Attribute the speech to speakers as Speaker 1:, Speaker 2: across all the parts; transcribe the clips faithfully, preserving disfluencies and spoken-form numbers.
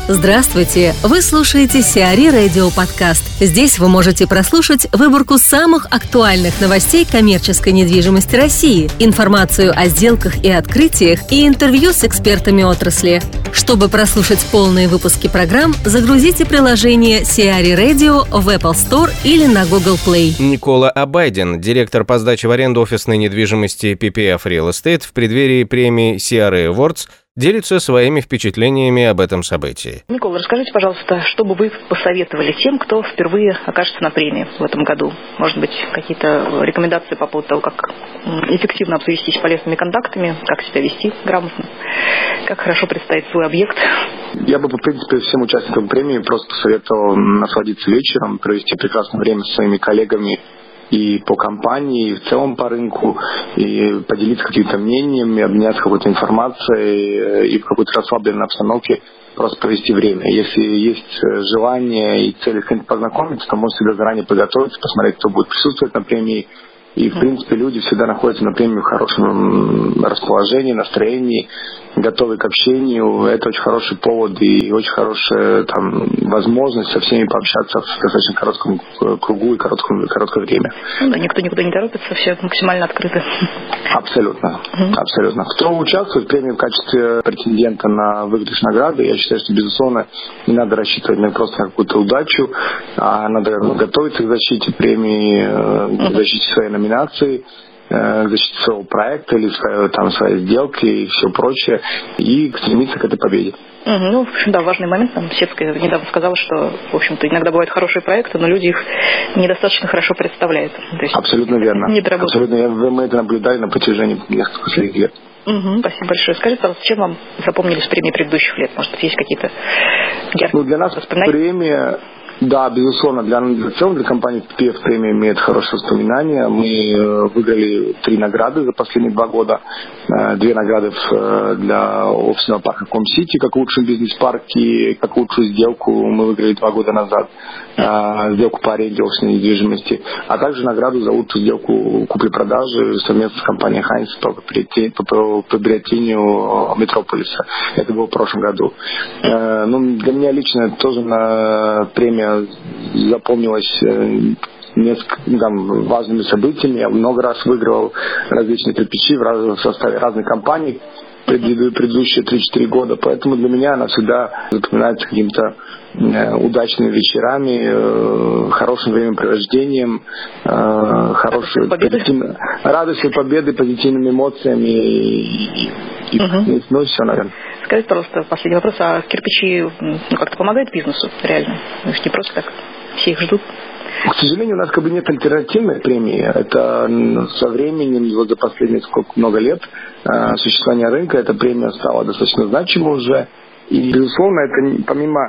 Speaker 1: Здравствуйте! Вы слушаете Сиари Радио Подкаст. Здесь вы можете прослушать выборку самых актуальных новостей коммерческой недвижимости России, информацию о сделках и открытиях и интервью с экспертами отрасли. Чтобы прослушать полные выпуски программ, загрузите приложение Сиари Radio в Apple Store или на Google Play.
Speaker 2: Никола Абайдин, директор по сдаче в аренду офисной недвижимости пи пи эф Real Estate, в преддверии премии Сиари Awards делится своими впечатлениями об этом событии.
Speaker 3: Никола, расскажите, пожалуйста, что бы вы посоветовали тем, кто впервые окажется на премии в этом году? Может быть, какие-то рекомендации по поводу того, как эффективно обзавестись полезными контактами, как себя вести грамотно, как хорошо представить свой объект?
Speaker 4: Я бы, в принципе, всем участникам премии просто посоветовал насладиться вечером, провести прекрасное время со своими коллегами и по компании, и в целом по рынку, и поделиться какими-то мнениями, обменяться какой-то информацией и в какой-то расслабленной обстановке просто провести время. Если есть желание и цель с кем-то познакомиться, то можно всегда заранее подготовиться, посмотреть, кто будет присутствовать на премии. И, в принципе, люди всегда находятся на премии в хорошем расположении, настроении, готовы к общению. Это очень хороший повод и очень хорошая там возможность со всеми пообщаться в достаточно коротком кругу и короткое, короткое время.
Speaker 3: Ну да, никто никуда не торопится, все максимально открыты.
Speaker 4: Абсолютно. Mm-hmm. Абсолютно. Кто участвует в премии в качестве претендента на выигрыш награды, я считаю, что, безусловно, не надо рассчитывать на просто на какую-то удачу, а надо готовиться к защите премии, mm-hmm. к защите своей номинации, к защите своего проекта или своей, там, своей сделки и все прочее, и стремиться к этой победе.
Speaker 3: Угу, ну, в общем, да, важный момент. Там Сетская недавно сказала, что, в общем-то, иногда бывают хорошие проекты, но люди их недостаточно хорошо представляют. То есть
Speaker 4: абсолютно верно. Абсолютно верно. Мы это наблюдали на протяжении нескольких последних лет.
Speaker 3: Угу, спасибо большое. Скажите, пожалуйста, чем вам запомнились премии предыдущих лет? Может быть, есть какие-то яркие
Speaker 4: ну, для нас
Speaker 3: воспоминания?
Speaker 4: Премия... Да, безусловно, для, в целом для компании пи пи эф премия имеет хорошие воспоминания. Мы выиграли три награды за последние два года. Две награды для офисного парка Ком-Сити, как лучший бизнес-парк, и как лучшую сделку мы выиграли два года назад. Сделку по аренде офисной недвижимости. А также награду за лучшую сделку купли-продажи совместно с компанией Хайнс по приобретению Метрополиса. Это было в прошлом году. Ну, для меня лично тоже на премия запомнилась несколько там, важными событиями. Я много раз выигрывал различные кирпичи в, раз, в составе разных компаний предыдущие три-четыре года. Поэтому для меня она всегда запоминается какими-то э, удачными вечерами, э, хорошим времяпровождением, э, хорошей, позитивно, радостью победы, позитивными эмоциями и, и, угу. и ну, все, наверное.
Speaker 3: Скажите, пожалуйста, последний вопрос. А кирпичи ну, как-то помогают бизнесу реально? Ну, не просто так все их ждут?
Speaker 4: К сожалению, у нас как бы нет альтернативной премии. Это со временем, вот за последние сколько много лет э, существования рынка, эта премия стала достаточно значимой уже. И, безусловно, это помимо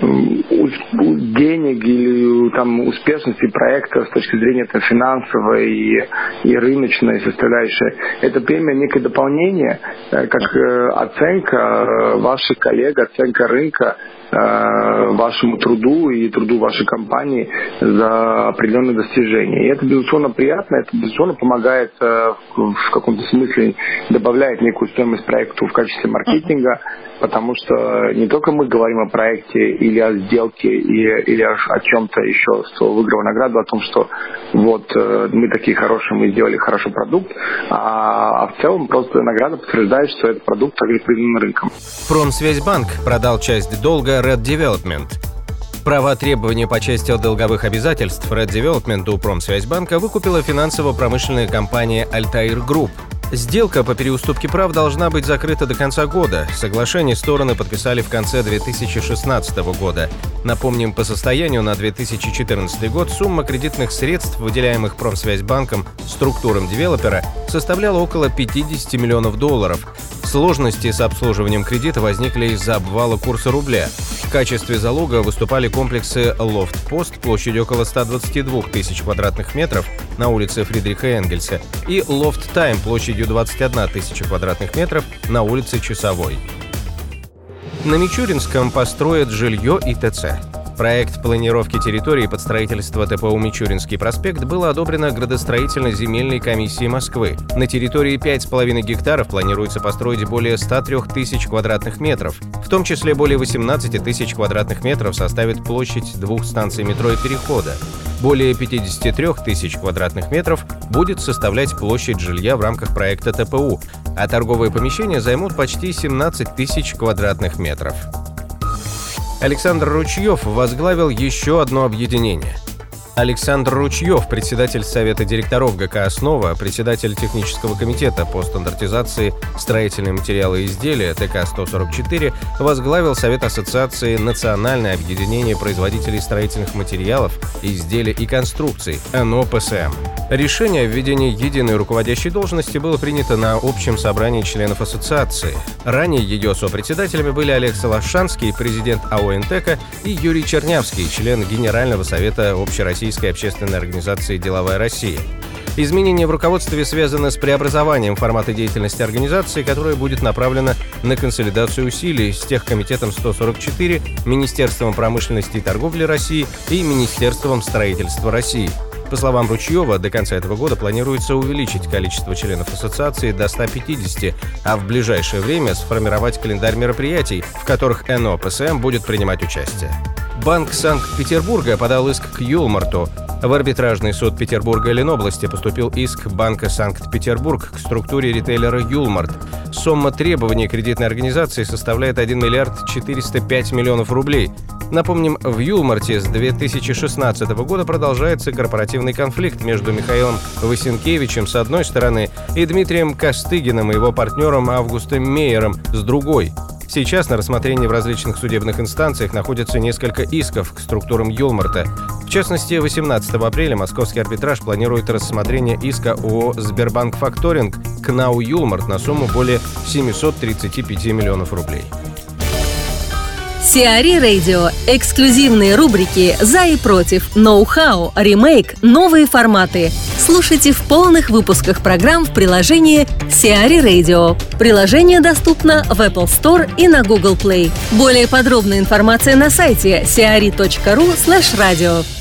Speaker 4: денег или там, успешности проекта с точки зрения там, финансовой и, и рыночной составляющей, это премия некое дополнение, как оценка ваших коллег, оценка рынка вашему труду и труду вашей компании за определенные достижения. И это, безусловно, приятно, это, безусловно, помогает в каком-то смысле, добавляет некую стоимость проекту в качестве маркетинга, потому что не только мы говорим о проекте или о сделке, или, или о, о чем-то еще, что выиграл награду, о том, что вот мы такие хорошие, мы сделали хороший продукт, а, а в целом просто награда подтверждает, что этот продукт также признан рынком.
Speaker 2: Промсвязьбанк продал часть долга Red Development. Права требования по части долговых обязательств Red Development у Промсвязьбанка выкупила финансово-промышленная компания Altair Group. Сделка по переуступке прав должна быть закрыта до конца года. Соглашение стороны подписали в конце две тысячи шестнадцатого года. Напомним, по состоянию на две тысячи четырнадцатый год сумма кредитных средств, выделяемых Промсвязьбанком структурам девелопера, составляла около пятьдесят миллионов долларов. Сложности с обслуживанием кредита возникли из-за обвала курса рубля. В качестве залога выступали комплексы Лофт-Пост площадью около ста двадцати двух тысяч квадратных метров на улице Фридриха Энгельса и Лофт-Тайм площадью двадцать одна тысяча квадратных метров на улице Часовой. На Мичуринском построят жилье и ТЦ. Проект планировки территории под строительство ТПУ «Мичуринский проспект» было одобрено градостроительно-земельной комиссией Москвы. На территории пять с половиной гектаров планируется построить более ста трёх тысяч квадратных метров. В том числе более восемнадцати тысяч квадратных метров составит площадь двух станций метро и перехода. Более пятидесяти трёх тысяч квадратных метров будет составлять площадь жилья в рамках проекта ТПУ, а торговые помещения займут почти семнадцать тысяч квадратных метров. Александр Ручьев возглавил еще одно объединение. Александр Ручьев, председатель Совета директоров ГК «Основа», председатель технического комитета по стандартизации строительные материалы и изделия ТК сто сорок четыре, возглавил Совет Ассоциации «Национальное объединение производителей строительных материалов, изделий и конструкций» эн о пэ эс эм. Решение о введении единой руководящей должности было принято на общем собрании членов ассоциации. Ранее ее сопредседателями были Олег Солошанский, президент АО «Интека», и Юрий Чернявский, член Генерального совета Общероссийской общественной организации «Деловая Россия». Изменения в руководстве связаны с преобразованием формата деятельности организации, которая будет направлена на консолидацию усилий с Техкомитетом сто сорок четыре, Министерством промышленности и торговли России и Министерством строительства России. По словам Ручьева, до конца этого года планируется увеличить количество членов ассоциации до ста пятидесяти, а в ближайшее время сформировать календарь мероприятий, в которых эн о пэ эс эм будет принимать участие. Банк Санкт-Петербурга подал иск к Юлмарту. В арбитражный суд Петербурга и Ленобласти поступил иск Банка Санкт-Петербург к структуре ритейлера «Юлмарт». Сумма требований кредитной организации составляет один миллиард четыреста пять миллионов рублей. Напомним, в «Юлмарте» с две тысячи шестнадцатого года продолжается корпоративный конфликт между Михаилом Васенкевичем с одной стороны и Дмитрием Костыгиным и его партнером Августом Мейером с другой. Сейчас на рассмотрении в различных судебных инстанциях находятся несколько исков к структурам «Юлмарта». В частности, восемнадцатого апреля московский арбитраж планирует рассмотрение иска ООО «Сбербанк Факторинг» к НАУ «Юлмарт» на сумму более семисот тридцати пяти миллионов рублей.
Speaker 1: Сиари Радио. Эксклюзивные рубрики «За и против», «Ноу-хау», «Ремейк», «Новые форматы». Слушайте в полных выпусках программ в приложении Сиари Radio. Приложение доступно в Apple Store и на Google Play. Более подробная информация на сайте сиари точка ру слэш радио.